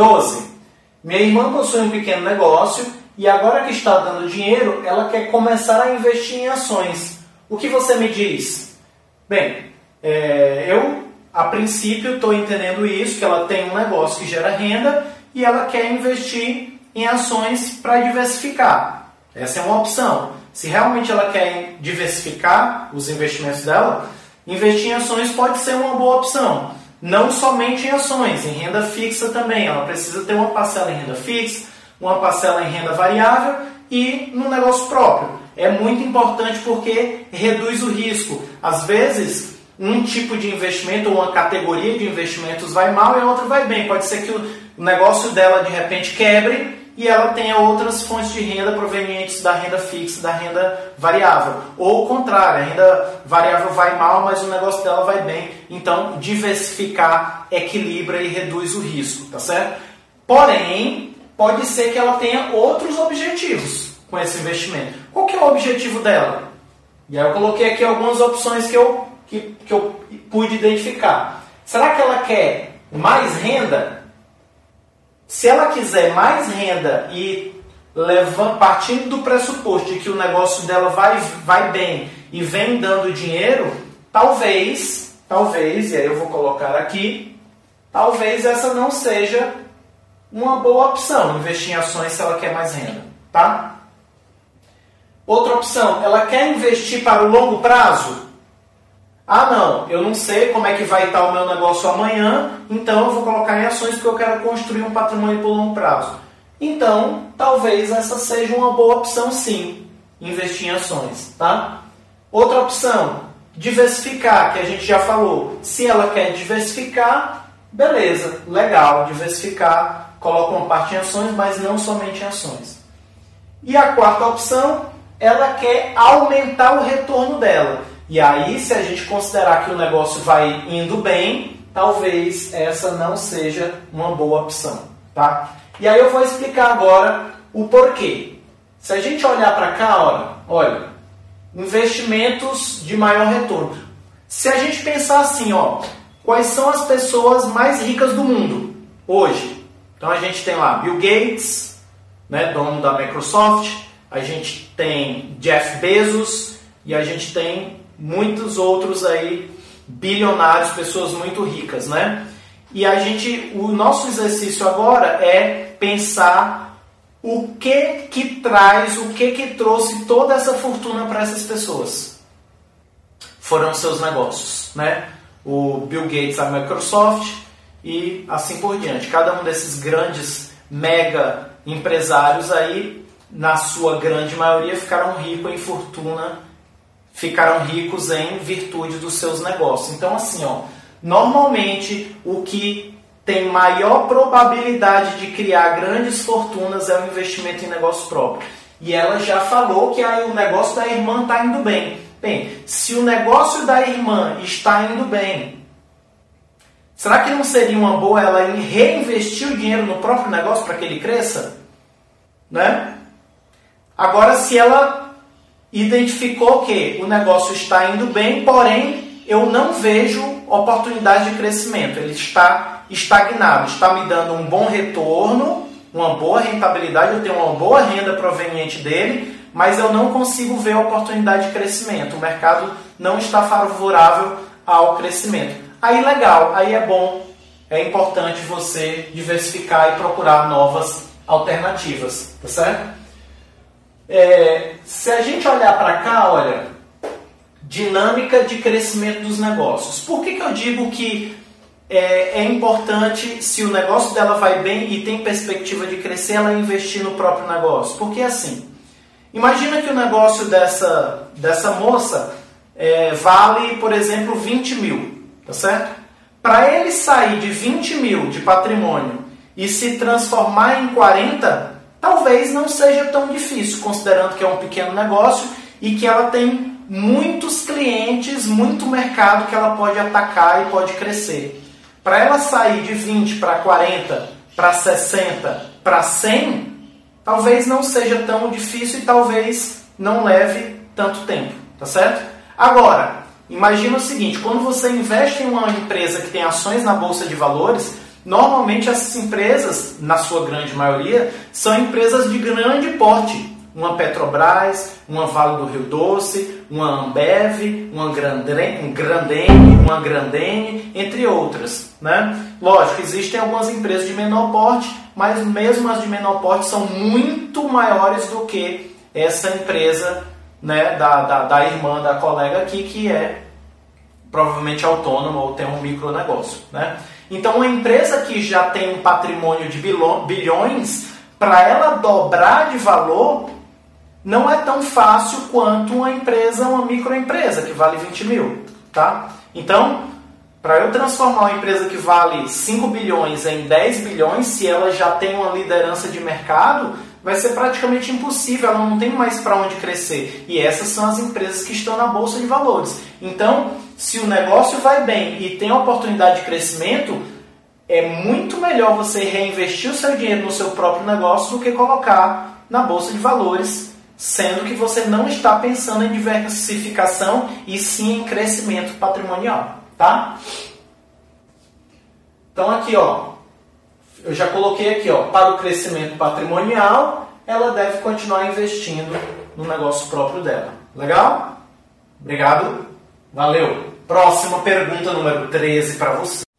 12. Minha irmã possui um pequeno negócio e agora que está dando dinheiro, ela quer começar a investir em ações. O que você me diz? Bem, eu a princípio estou entendendo isso, que ela tem um negócio que gera renda e ela quer investir em ações para diversificar. Essa é uma opção. Se realmente ela quer diversificar os investimentos dela, investir em ações pode ser uma boa opção. Não somente em ações, em renda fixa também. Ela precisa ter uma parcela em renda fixa, uma parcela em renda variável e no negócio próprio. É muito importante porque reduz o risco. Às vezes, um tipo de investimento ou uma categoria de investimentos vai mal e a outra vai bem. Pode ser que o negócio dela de repente quebre e ela tenha outras fontes de renda provenientes da renda fixa, da renda variável. Ou o contrário, a renda variável vai mal, mas o negócio dela vai bem. Então, diversificar equilibra e reduz o risco, tá certo? Porém, pode ser que ela tenha outros objetivos com esse investimento. Qual que é o objetivo dela? E aí eu coloquei aqui algumas opções que eu pude identificar. Será que ela quer mais renda? Se ela quiser mais renda e partindo do pressuposto de que o negócio dela vai bem e vem dando dinheiro, talvez, e aí eu vou colocar aqui, talvez essa não seja uma boa opção, investir em ações se ela quer mais renda, tá? Outra opção, ela quer investir para o longo prazo? Ah, não, eu não sei como é que vai estar o meu negócio amanhã, então eu vou colocar em ações porque eu quero construir um patrimônio por longo prazo. Então, talvez essa seja uma boa opção sim, investir em ações, tá? Outra opção, diversificar, que a gente já falou. Se ela quer diversificar, beleza, legal, diversificar, coloca uma parte em ações, mas não somente em ações. E a quarta opção, ela quer aumentar o retorno dela. E aí, se a gente considerar que o negócio vai indo bem, talvez essa não seja uma boa opção, tá? E aí eu vou explicar agora o porquê. Se a gente olhar para cá, olha, investimentos de maior retorno. Se a gente pensar assim, quais são as pessoas mais ricas do mundo hoje? Então a gente tem lá Bill Gates, né, dono da Microsoft, a gente tem Jeff Bezos e a gente tem muitos outros aí bilionários, pessoas muito ricas, né? E o nosso exercício agora é pensar o que trouxe toda essa fortuna para essas pessoas. Foram seus negócios, né? O Bill Gates, a Microsoft e assim por diante. Cada um desses grandes mega empresários aí, na sua grande maioria, ficaram ricos em fortuna, ficaram ricos em virtude dos seus negócios. Então, assim, normalmente o que tem maior probabilidade de criar grandes fortunas é o investimento em negócio próprio. E ela já falou que aí o negócio da irmã está indo bem. Bem, se o negócio da irmã está indo bem, será que não seria uma boa ela reinvestir o dinheiro no próprio negócio para que ele cresça? Né? Agora, se ela identificou que o negócio está indo bem, porém eu não vejo oportunidade de crescimento. Ele está estagnado, está me dando um bom retorno, uma boa rentabilidade, eu tenho uma boa renda proveniente dele, mas eu não consigo ver oportunidade de crescimento. O mercado não está favorável ao crescimento. Aí legal, aí é bom, é importante você diversificar e procurar novas alternativas, tá certo? Se a gente olhar para cá, olha, dinâmica de crescimento dos negócios. Por que eu digo que é importante, se o negócio dela vai bem e tem perspectiva de crescer, ela investir no próprio negócio? Porque assim, imagina que o negócio dessa moça vale, por exemplo, 20 mil, tá certo? Para ele sair de 20 mil de patrimônio e se transformar em 40, talvez não seja tão difícil, considerando que é um pequeno negócio e que ela tem muitos clientes, muito mercado que ela pode atacar e pode crescer. Para ela sair de 20 para 40, para 60, para 100, talvez não seja tão difícil e talvez não leve tanto tempo, tá certo? Agora, imagina o seguinte, quando você investe em uma empresa que tem ações na Bolsa de Valores, Normalmente essas empresas, na sua grande maioria, são empresas de grande porte. Uma Petrobras, uma Vale do Rio Doce, uma Ambev, uma Grandene, entre outras, né? Lógico, existem algumas empresas de menor porte, mas mesmo as de menor porte são muito maiores do que essa empresa, né, da irmã, da colega aqui, que é provavelmente autônoma ou tem um micronegócio, né? Então, uma empresa que já tem um patrimônio de bilhões, para ela dobrar de valor, não é tão fácil quanto uma microempresa, que vale 20 mil, tá? Então, para eu transformar uma empresa que vale 5 bilhões em 10 bilhões, se ela já tem uma liderança de mercado, vai ser praticamente impossível, ela não tem mais para onde crescer. E essas são as empresas que estão na Bolsa de Valores. Então, se o negócio vai bem e tem oportunidade de crescimento, é muito melhor você reinvestir o seu dinheiro no seu próprio negócio do que colocar na Bolsa de Valores, sendo que você não está pensando em diversificação e sim em crescimento patrimonial, tá? Então aqui, ó, eu já coloquei aqui, ó, para o crescimento patrimonial, ela deve continuar investindo no negócio próprio dela. Legal? Obrigado. Valeu. Próxima pergunta, número 13 para você.